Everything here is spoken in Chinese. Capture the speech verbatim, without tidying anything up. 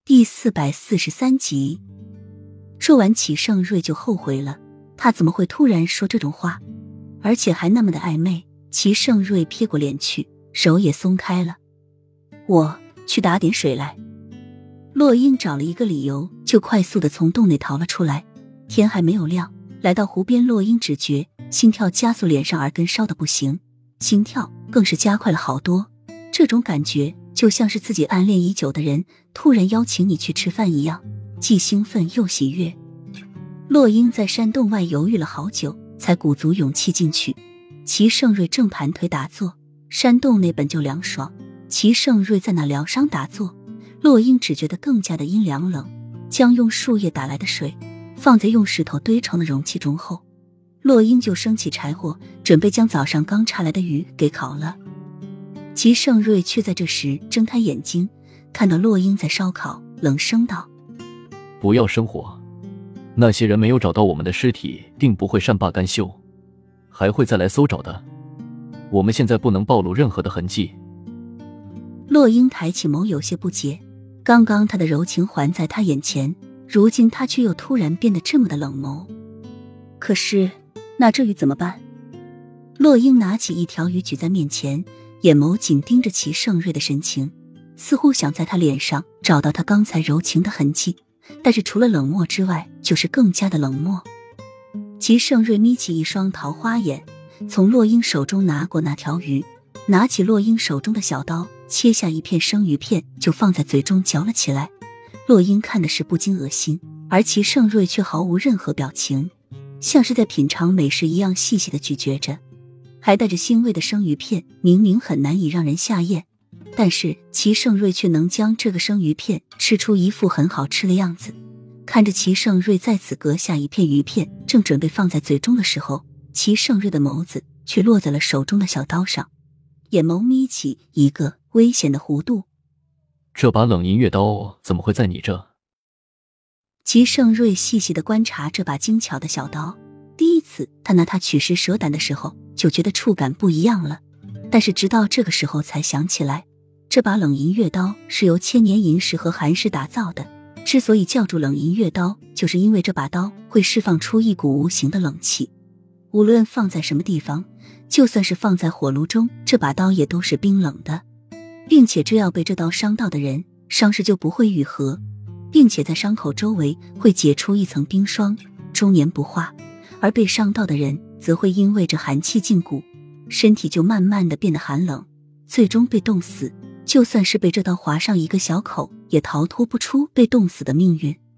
第四百四十三集。说完齐盛瑞就后悔了，他怎么会突然说这种话，而且还那么的暧昧。齐盛瑞撇过脸去，手也松开了。我去打点水来。洛英找了一个理由，就快速地从洞内逃了出来。天还没有亮，来到湖边，洛英只觉心跳加速，脸上耳根烧得不行，心跳更是加快了好多。这种感觉就像是自己暗恋已久的人突然邀请你去吃饭一样，既兴奋又喜悦。洛英在山洞外犹豫了好久，才鼓足勇气进去。齐盛瑞正盘腿打坐，山洞内本就凉爽，齐盛瑞在那疗伤打坐，洛英只觉得更加的阴凉冷。将用树叶打来的水放在用石头堆成的容器中后，洛英就升起柴火，准备将早上刚叉来的鱼给烤了。齐盛瑞却在这时睁开眼睛，看到洛英在烧烤，冷声道： 不要生火，那些人没有找到我们的尸体，定不会善罢甘休，还会再来搜找的。我们现在不能暴露任何的痕迹。 洛英抬起眸，有些不解，刚刚他的柔情还在他眼前，如今他却又突然变得这么的冷漠。可是那这鱼怎么办？洛英拿起一条鱼举在面前，眼眸紧盯着齐盛瑞的神情，似乎想在他脸上找到他刚才柔情的痕迹，但是除了冷漠之外，就是更加的冷漠。齐盛瑞眯起一双桃花眼，从洛英手中拿过那条鱼，拿起洛英手中的小刀，切下一片生鱼片就放在嘴中嚼了起来。洛英看的是不禁恶心，而齐盛瑞却毫无任何表情，像是在品尝美食一样细细的咀嚼着。还带着腥味的生鱼片明明很难以让人下咽，但是齐盛瑞却能将这个生鱼片吃出一副很好吃的样子。看着齐盛瑞在此割下一片鱼片，正准备放在嘴中的时候，齐盛瑞的眸子却落在了手中的小刀上，眼眸眯起一个危险的弧度。 这把冷银月刀怎么会在你这？ 齐盛瑞细细地观察这把精巧的小刀，第一次他拿它取石蛇胆的时候就觉得触感不一样了，但是直到这个时候才想起来，这把冷银月刀是由千年银石和寒石打造的，之所以叫做冷银月刀，就是因为这把刀会释放出一股无形的冷气，无论放在什么地方，就算是放在火炉中，这把刀也都是冰冷的，并且只要被这刀伤到的人，伤势就不会愈合，并且在伤口周围会结出一层冰霜，终年不化，而被伤到的人则会因为这寒气进骨，身体就慢慢的变得寒冷，最终被冻死，就算是被这刀划上一个小口，也逃脱不出被冻死的命运。